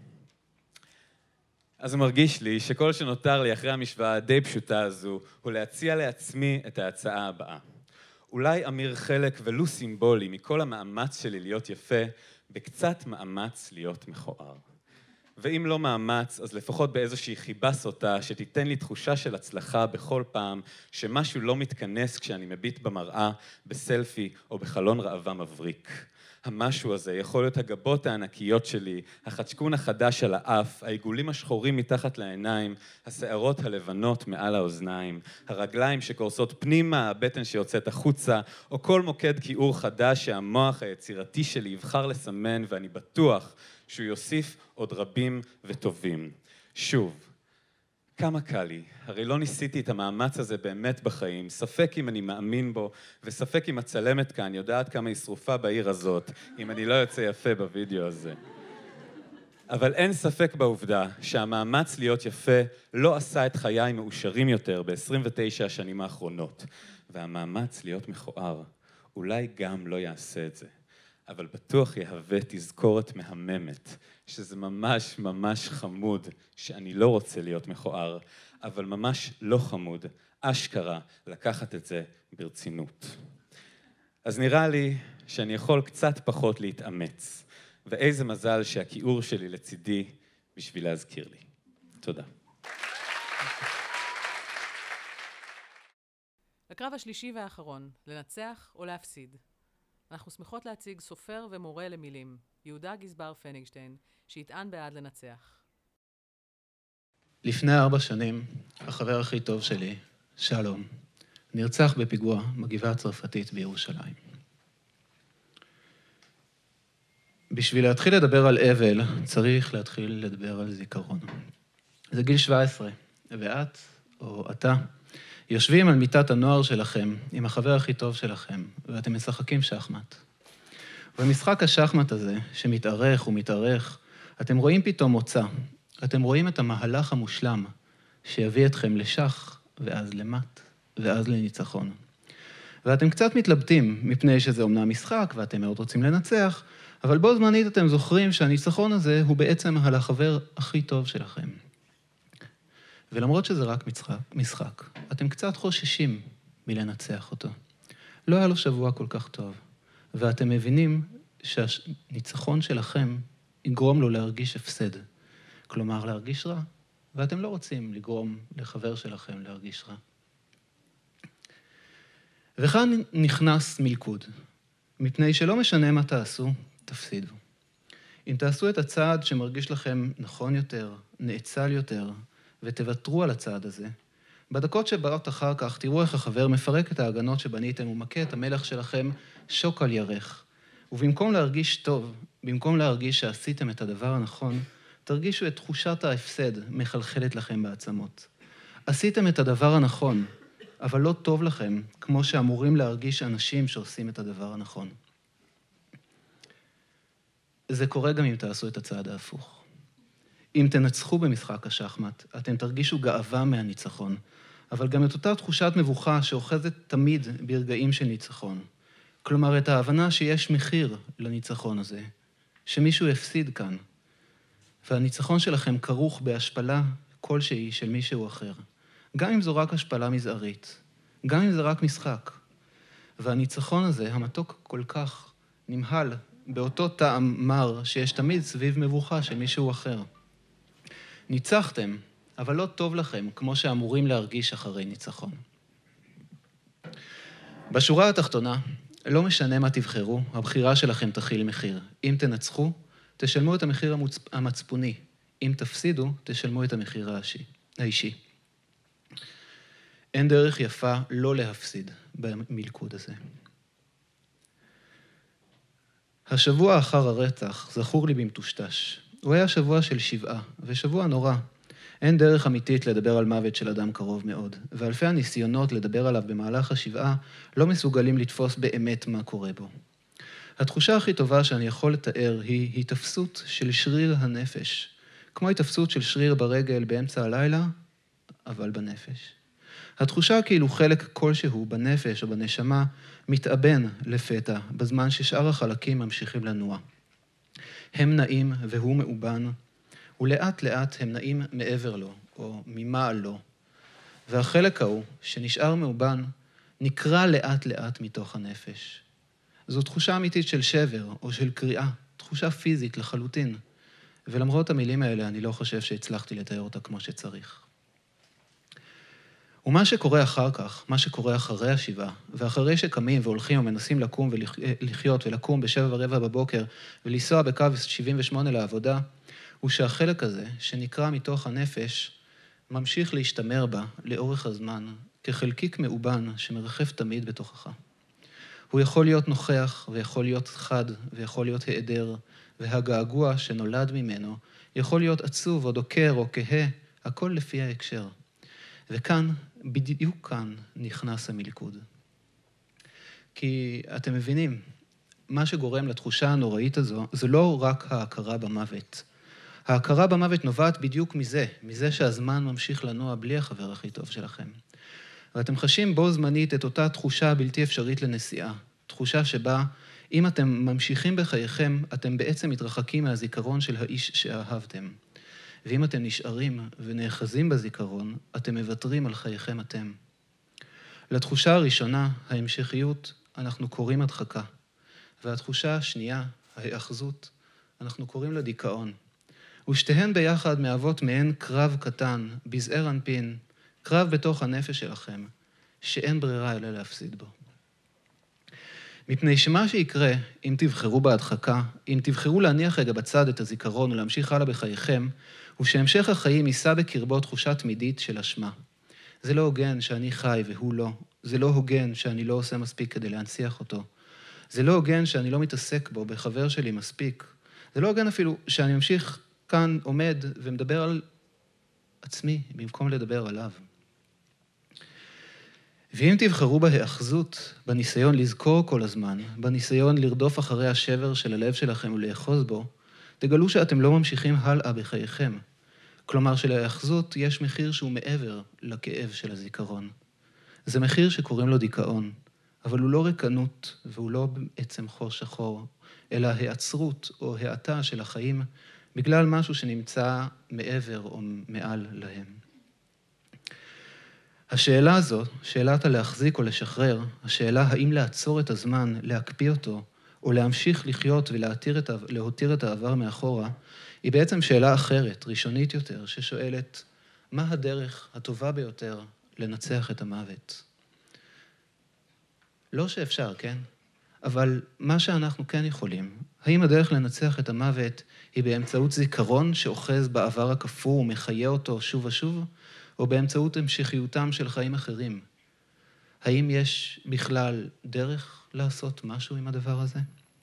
אז מרגיש לי שכל שנותר לי אחרי המשוואה הדי פשוטה הזו, הוא להציע לעצמי את ההצעה הבאה. אולי אמיר חלק ולו סימבולי מכל המאמץ שלי להיות יפה, בקצת מאמץ להיות מכוער. ואם לא מאמץ, אז לפחות באיזושהי חיבה סוטה, שתיתן לי תחושה של הצלחה בכל פעם, שמשהו לא מתכנס כשאני מביט במראה, בסלפי או בחלון ראווה מבריק. המשהו הזה יכול להיות הגבות הענקיות שלי, החצ'קון החדש על האף, העיגולים השחורים מתחת לעיניים, השערות הלבנות מעל האוזניים, הרגליים שקורסות פנימה, הבטן שיוצאת החוצה, או כל מוקד כיעור חדש שהמוח היצירתי שלי יבחר לסמן, ואני בטוח שהוא יוסיף עוד רבים וטובים. שוב, כמה קל לי, הרי לא ניסיתי את המאמץ הזה באמת בחיים, ספק אם אני מאמין בו, וספק אם הצלמת כאן יודעת כמה היא שרופה בעיר הזאת, אם אני לא יוצא יפה בווידאו הזה. אבל אין ספק בעובדה שהמאמץ להיות יפה לא עשה את חיי מאושרים יותר ב-עשרים ותשע השנים האחרונות, והמאמץ להיות מכוער אולי גם לא יעשה את זה, אבל בטוח יהווה תזכורת מהממת, שזה ממש ממש חמוד שאני לא רוצה להיות מכוער, אבל ממש לא חמוד, אשכרה, לקחת את זה ברצינות. אז נראה לי שאני יכול קצת פחות להתאמץ, ואיזה מזל שהכיעור שלי לצידי בשביל להזכיר לי. תודה. הקרב השלישי והאחרון, לנצח או להפסיד. אנחנו שמחות להציג סופר ומורה למילים, יהודה גזבר פניגשטיין, שיטען בעד לנצח. לפני ארבע שנים, החבר הכי טוב שלי, שלום, נרצח בפיגוע בגבעה הצרפתית בירושלים. בשביל להתחיל לדבר על אבל, צריך להתחיל לדבר על זיכרון. זה גיל שבע עשרה, ואת, או אתה, יושבים על מיטת הנוער שלכם, עם החבר הכי טוב שלכם, ואתם משחקים שחמט. במשחק השחמט הזה, שמתארך ומתארך, אתם רואים פתאום מוצא. אתם רואים את המהלך המושלם, שיביא אתכם לשח, ואז למט, ואז לניצחון. ואתם קצת מתלבטים, מפני שזה אומנם משחק, ואתם מאוד רוצים לנצח, אבל בו זמנית אתם זוכרים שהניצחון הזה הוא בעצם על החבר הכי טוב שלכם. ולמרות שזה רק משחק, משחק, אתם קצת חוששים מלנצח אותו. לא היה לו שבוע כל כך טוב, ואתם מבינים שהניצחון שלכם יגרום לו להרגיש הפסד. כלומר, להרגיש רע, ואתם לא רוצים לגרום לחבר שלכם להרגיש רע. וכאן נכנס מלכוד, מפני שלא משנה מה תעשו, תפסידו. אם תעשו את הצעד שמרגיש לכם נכון יותר, נאצל יותר, ותוותרו על הצעד הזה, בדקות שבאות אחר כך תראו איך החבר מפרק את ההגנות שבניתם ומכה את המלך שלכם שוק על ירך. ובמקום להרגיש טוב, במקום להרגיש שעשיתם את הדבר הנכון, תרגישו את תחושת ההפסד מחלחלת לכם בעצמות. עשיתם את הדבר הנכון, אבל לא טוב לכם, כמו שאמורים להרגיש אנשים שעושים את הדבר הנכון. זה קורה גם אם תעשו את הצעד ההפוך. אם תנצחו במשחק השחמט, אתם תרגישו גאווה מהניצחון, אבל גם את אותה תחושת מבוכה שאוחזת תמיד ברגעים של ניצחון. כלומר, את ההבנה שיש מחיר לניצחון הזה, שמישהו הפסיד כאן, והניצחון שלכם כרוך בהשפלה כלשהי של מישהו אחר. גם אם זו רק השפלה מזערית, גם אם זה רק משחק. והניצחון הזה, המתוק כל כך, נמהל באותו טעם מר שיש תמיד סביב מבוכה של מישהו אחר. ניצחתם, אבל לא טוב לכם, כמו שאמורים להרגיש אחרי ניצחון. בשורה התחתונה, לא משנה מה תבחרו, הבחירה שלכם תכיל מחיר. אם תנצחו, תשלמו את המחיר המצפוני. אם תפסידו, תשלמו את המחיר האישי. אין דרך יפה לא להפסיד במלכוד הזה. השבוע אחר הרצח זכור לי במטושטש. הוא היה שבוע של שבעה, ושבוע נורא. אין דרך אמיתית לדבר על מוות של אדם קרוב מאוד, ואלפי הניסיונות לדבר עליו במהלך השבעה לא מסוגלים לתפוס באמת מה קורה בו. התחושה הכי טובה שאני יכול לתאר היא התפסות של שריר הנפש, כמו התפסות של שריר ברגל באמצע הלילה, אבל בנפש. התחושה כאילו חלק כלשהו בנפש או בנשמה מתאבן לפתע, בזמן ששאר החלקים ממשיכים לנוע. הם נעים והוא מאובן, ולאט לאט הם נעים מעבר לו, או ממעל לו. והחלק ההוא, שנשאר מאובן, נקרא לאט לאט מתוך הנפש. זו תחושה אמיתית של שבר או של קריאה, תחושה פיזית לחלוטין. ולמרות המילים האלה, אני לא חושב שהצלחתי לתאר אותה כמו שצריך. ומה שקורה אחר כך, מה שקורה אחרי השבעה, ואחרי שקמים והולכים ומנסים לקום ולחיות ולקום בשבע ורבע בבוקר ולנסוע בקו שבעים ושמונה לעבודה, הוא שהחלק הזה, שנקרא מתוך הנפש, ממשיך להשתמר בה לאורך הזמן, כחלקיק מאובן שמרחף תמיד בתוכך. הוא יכול להיות נוכח ויכול להיות חד ויכול להיות היעדר, והגעגוע שנולד ממנו יכול להיות עצוב או דוקר או כהה, הכל לפי ההקשר. וכאן, בדיוק כאן, נכנס המלכוד. כי אתם מבינים, מה שגורם לתחושה הנוראית הזו, זה לא רק ההכרה במוות. ההכרה במוות נובעת בדיוק מזה, מזה שהזמן ממשיך לנוע בלי החבר הכי טוב שלכם. ואתם חשים בו זמנית את אותה תחושה בלתי אפשרית לנסיעה. תחושה שבה, אם אתם ממשיכים בחייכם, אתם בעצם מתרחקים מהזיכרון של האיש שאהבתם. ואם אתם נשארים ונאחזים בזיכרון, אתם מוותרים על חייכם אתם. לתחושה הראשונה, ההמשכיות, אנחנו קוראים הדחקה. והתחושה השנייה, ההאחזות, אנחנו קוראים לה דיכאון. ושתיהן ביחד מהוות מעין קרב קטן, בזעיר אנפין, קרב בתוך הנפש שלכם, שאין ברירה אלא להפסיד בו. מפני שמה שיקרה, אם תבחרו בהדחקה, אם תבחרו להניח רגע בצד את הזיכרון ולהמשיך הלאה בחייכם, הוא שהמשך החיים יישא בקרבו תחושה תמידית של אשמה. זה לא הוגן שאני חי והוא לא. זה לא הוגן שאני לא עושה מספיק כדי להנציח אותו. זה לא הוגן שאני לא מתעסק בו בחבר שלי מספיק. זה לא הוגן אפילו שאני ממשיך כאן עומד ומדבר על עצמי במקום לדבר עליו. ואם תבחרו בהאחזות, בניסיון לזכור כל הזמן, בניסיון לרדוף אחרי השבר של הלב שלכם ולאחוז בו, תגלו שאתם לא ממשיכים הלאה בחייכם. כלומר שלהאחזות יש מחיר שהוא מעבר לכאב של הזיכרון. זה מחיר שקוראים לו דיכאון. אבל הוא לא ריקנות והוא לא בעצם חור שחור, אלא העצרות או האטה של החיים בגלל משהו שנמצא מעבר או מעל להם. השאלה הזו, שאלת הלהחזיק או לשחרר, השאלה האם לעצור את הזמן, להקפיא אותו, או להמשיך לחיות ולהותיר את העבר מאחורה, היא בעצם שאלה אחרת, ראשונית יותר, ששואלת, מה הדרך הטובה ביותר לנצח את המוות? לא שאפשר, כן? אבל מה שאנחנו כן יכולים, האם הדרך לנצח את המוות היא באמצעות זיכרון שאוחז בעבר הקפוא ומחיה אותו שוב ושוב, או באמצעות המשכיותם של חיים אחרים? האם יש בכלל דרך לעשות משהו עם הדבר הזה?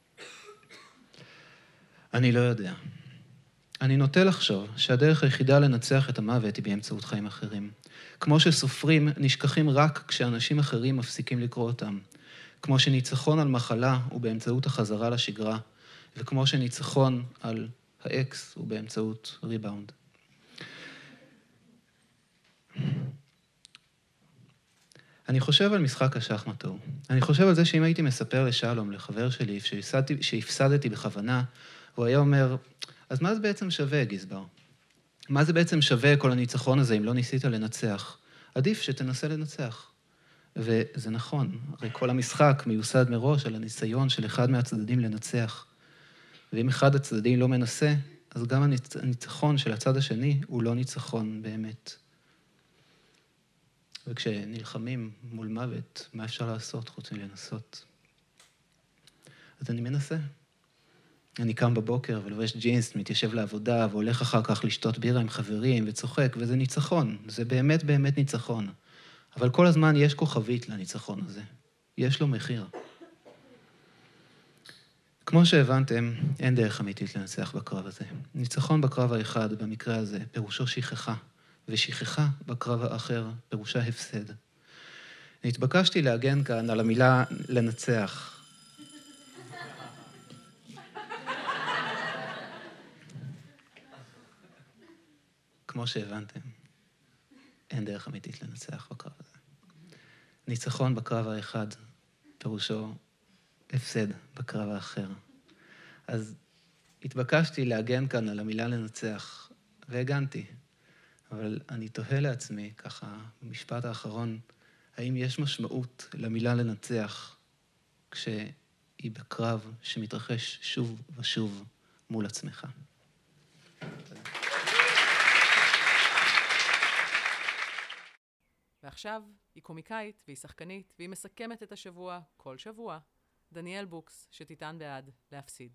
אני לא יודע. אני נוטה לחשוב שהדרך היחידה לנצח את המוות היא באמצעות חיים אחרים. כמו שסופרים נשכחים רק כשאנשים אחרים מפסיקים לקרוא אותם. כמו שניצחון על מחלה הוא באמצעות החזרה לשגרה, וכמו שניצחון על האקס הוא באמצעות ריבאונד. אני חושב על משחק השחמט ההוא. אני חושב על זה שאם הייתי מספר לשלום, לחבר שלי, שהפסדתי, שהפסדתי בכוונה, הוא היה אומר, אז מה זה בעצם שווה, גזבר? מה זה בעצם שווה כל הניצחון הזה אם לא ניסית לנצח? עדיף שתנסה לנצח. וזה נכון, הרי כל המשחק מיוסד מראש על הניסיון של אחד מהצדדים לנצח. ואם אחד הצדדים לא מנסה, אז גם הניצחון של הצד השני הוא לא ניצחון באמת. וכשנלחמים מול מוות, מה אפשר לעשות חוץ מלנסות? אז אני מנסה. אני קם בבוקר ולובש ג'ינס, מתיישב לעבודה, והולך אחר כך לשתות בירה עם חברים וצוחק, וזה ניצחון. זה באמת באמת ניצחון. אבל כל הזמן יש כוכבית לניצחון הזה. יש לו מחיר. כמו שהבנתם, אין דרך אמיתית לנצח בקרב הזה. ניצחון בקרב האחד, במקרה הזה, פירושו שכחה, ושכחה בקרב האחר, פירושה הפסד. נתבקשתי להגן כאן על המילה לנצח. כמו שהבנתם, אין דרך אמיתית לנצח בקרב הזה. ניצחון בקרב האחד, פירושו הפסד בקרב האחר. אז התבקשתי להגן כאן על המילה לנצח, והגנתי. אבל אני תוהה לעצמי, ככה, במשפט האחרון, האם יש משמעות למילה לנצח כשהיא בקרב שמתרחש שוב ושוב מול עצמך. ועכשיו היא קומיקאית והיא שחקנית והיא מסכמת את השבוע כל שבוע. דניאל בוקס, שתיתן בעד להפסיד.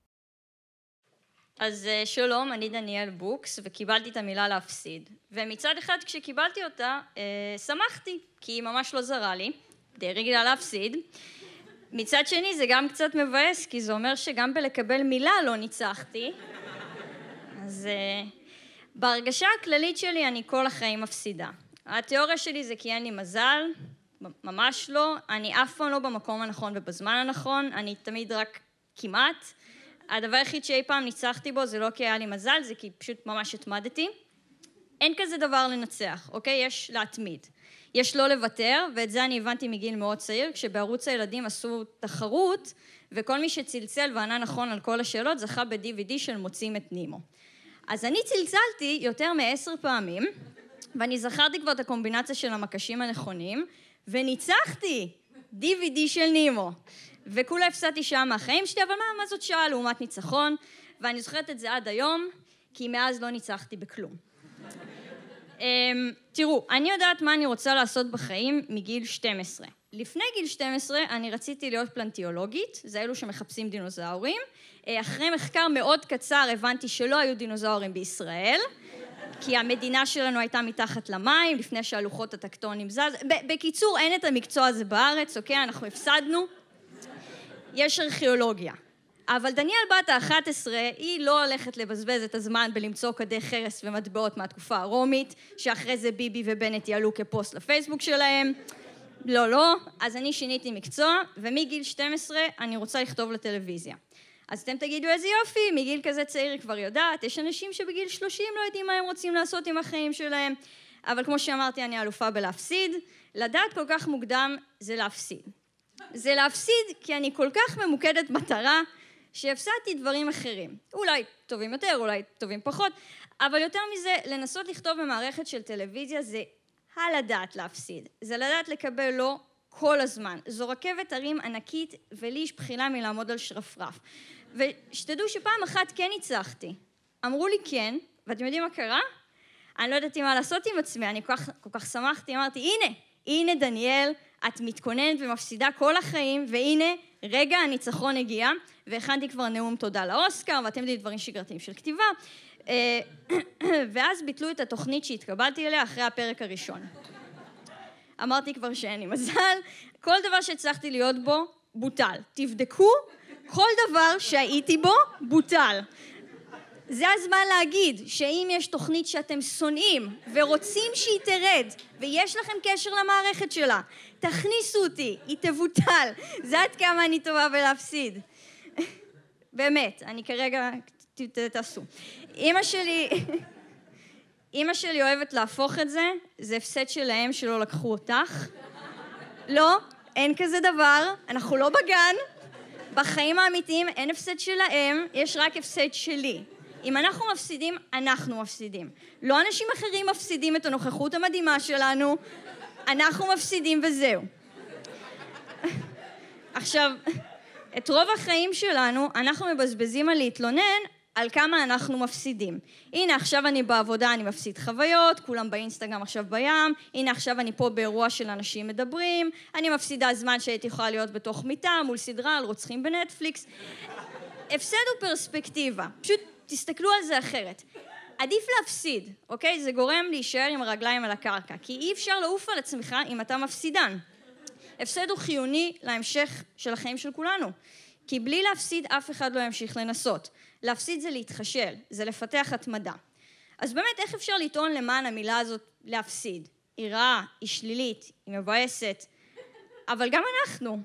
אז שלום, אני דניאל בוקס, וקיבלתי את המילה להפסיד. ומצד אחד כשקיבלתי אותה, אה, שמחתי, כי היא ממש לא זרה לי, די רגילה להפסיד. מצד שני זה גם קצת מבאס, כי זה אומר שגם בלקבל מילה לא ניצחתי. אז אה, בהרגשה הכללית שלי אני כל החיים מפסידה. התיאוריה שלי זה כי אין לי מזל, ממש לא, אני אף פעם לא במקום הנכון ובזמן הנכון, אני תמיד רק כמעט. הדבר היחיד שאי פעם ניצחתי בו זה לא כי היה לי מזל, זה כי פשוט ממש התמדתי. אין כזה דבר לנצח, אוקיי? יש להתמיד. יש לא לוותר, ואת זה אני הבנתי מגיל מאוד צעיר, כשבערוץ הילדים עשו תחרות, וכל מי שצלצל וענה נכון על כל השאלות, זכה ב-די וי די של מוצאים את נימו. אז אני צלצלתי יותר מעשר פעמים, ואני זכרתי כבר את הקומבינציה של המקשים הנכונים, וניצחתי די וי די של נימו. וכולה הפסדתי שעה מהחיים שלי, אבל מה, מה זאת שעה לעומת ניצחון? ואני זוכרת את זה עד היום, כי מאז לא ניצחתי בכלום. תראו, אני יודעת מה אני רוצה לעשות בחיים מגיל שתים עשרה. לפני גיל שתים עשרה אני רציתי להיות פלנטיולוגית, זה אלו שמחפשים דינוזאורים. אחרי מחקר מאוד קצר הבנתי שלא היו דינוזאורים בישראל, כי המדינה שלנו הייתה מתחת למים, לפני שהלוחות הטקטונים זז. בקיצור, אין את המקצוע הזה בארץ, אוקיי? אנחנו הפסדנו. יש ארכיאולוגיה. אבל דניאל בת ה-אחת עשרה, היא לא הולכת לבזבז את הזמן בלמצוא כדי חרס ומטבעות מהתקופה הרומית, שאחרי זה ביבי ובנט יעלו כפוסט לפייסבוק שלהם. לא, לא. אז אני שיניתי מקצוע, ומגיל שתים עשרה אני רוצה לכתוב לטלוויזיה. אז אתם תגידו איזה יופי, מגיל כזה צעיר כבר יודעת, יש אנשים שבגיל שלושים לא יודעים מה הם רוצים לעשות עם החיים שלהם, אבל כמו שאמרתי, אני אלופה בלהפסיד. לדעת כל כך מוקדם זה להפסיד. זה להפסיד כי אני כל כך ממוקדת מטרה, שהפסדתי דברים אחרים. אולי טובים יותר, אולי טובים פחות, אבל יותר מזה, לנסות לכתוב במערכת של טלוויזיה זה הלדעת להפסיד. זה לדעת לקבל לא כל הזמן. זו רכבת הרים ענקית, ולי יש בחילה מלעמוד על שרפרף. ושתדעו שפעם אחת כן הצלחתי. אמרו לי כן, ואתם יודעים מה קרה? אני לא ידעתי מה לעשות עם עצמי, אני כל כך, כל כך שמחתי, אמרתי, הנה, הנה דניאל, את מתכוננת ומפסידה כל החיים, והנה, רגע הניצחון הגיע, והכנתי כבר נאום תודה לאוסקר, ואתם יודעים דברים שגרתיים של כתיבה, ואז ביטלו את התוכנית שהתקבלתי אליה אחרי הפרק הראשון. אמרתי כבר שאין לי מזל, כל דבר שהצלחתי להיות בו, בוטל. תבדקו, כל דבר שהייתי בו, בוטל. זה הזמן להגיד שאם יש תוכנית שאתם שונאים ורוצים שהיא תרד ויש לכם קשר למערכת שלה, תכניסו אותי, היא תבוטל. זה עד כמה אני טובה בלהפסיד. באמת, אני כרגע, ת, ת, תעשו. אמא שלי, אמא שלי אוהבת להפוך את זה, זה הפסד שלהם שלא לקחו אותך. לא, אין כזה דבר, אנחנו לא בגן. בחיים האמיתיים אין הפסד שלהם, יש רק הפסד שלי. אם אנחנו מפסידים, אנחנו מפסידים. לא אנשים אחרים מפסידים את הנוכחות המדהימה שלנו, אנחנו מפסידים וזהו. עכשיו, את רוב החיים שלנו אנחנו מבזבזים על להתלונן על כמה אנחנו מפסידים. הנה עכשיו אני בעבודה, אני מפסיד חוויות, כולם באינסטגרם עכשיו בים, הנה עכשיו אני פה באירוע של אנשים מדברים, אני מפסידה זמן שהייתי יכולה להיות בתוך מיטה, מול סדרה על רוצחים בנטפליקס. הפסד הוא פרספקטיבה, פשוט תסתכלו על זה אחרת. עדיף להפסיד, אוקיי? זה גורם להישאר עם הרגליים על הקרקע, כי אי אפשר לעוף על עצמך אם אתה מפסידן. הפסד הוא חיוני להמשך של החיים של כולנו, כי בלי להפסיד אף אחד לא ימשיך לנסות. להפסיד זה להתחשל, זה לפתח התמדה. אז באמת, איך אפשר לטעון למען המילה הזאת להפסיד? היא רעה, היא שלילית, היא מבאסת, אבל גם אנחנו.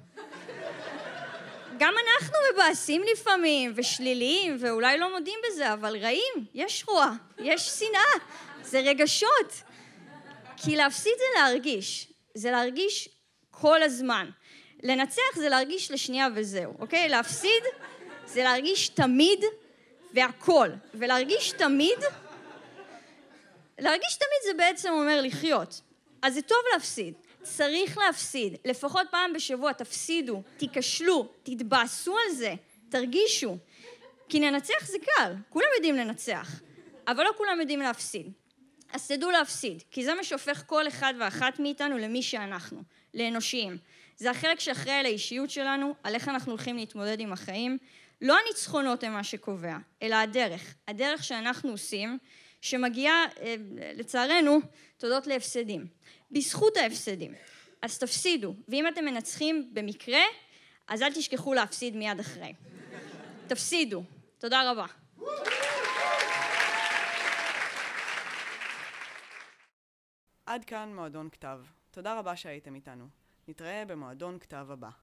גם אנחנו מבאסים לפעמים, ושליליים, ואולי לא מודים בזה, אבל רעים, יש רוע, יש שנאה, זה רגשות. כי להפסיד זה להרגיש, זה להרגיש כל הזמן. לנצח זה להרגיש לשנייה וזהו, אוקיי? להפסיד זה להרגיש תמיד והכל. ולהרגיש תמיד, להרגיש תמיד זה בעצם אומר לחיות. אז זה טוב להפסיד, צריך להפסיד. לפחות פעם בשבוע תפסידו, תיכשלו, תתבאסו על זה, תרגישו. כי לנצח זה קל, כולם יודעים לנצח, אבל לא כולם יודעים להפסיד. אז תדעו להפסיד, כי זה מה שהופך כל אחד ואחת מאיתנו למי שאנחנו, לאנושיים. זה החלק שאחראי על האישיות שלנו, על איך אנחנו הולכים להתמודד עם החיים. לא הניצחונות הם מה שקובע, אלא הדרך. הדרך שאנחנו עושים, שמגיעה, לצערנו, תודות להפסדים. בזכות ההפסדים. אז תפסידו, ואם אתם מנצחים במקרה, אז אל תשכחו להפסיד מיד אחרי. תפסידו. תודה רבה. עד כאן מועדון כתב. תודה רבה שהייתם איתנו. נתראה במועדון כתב הבא.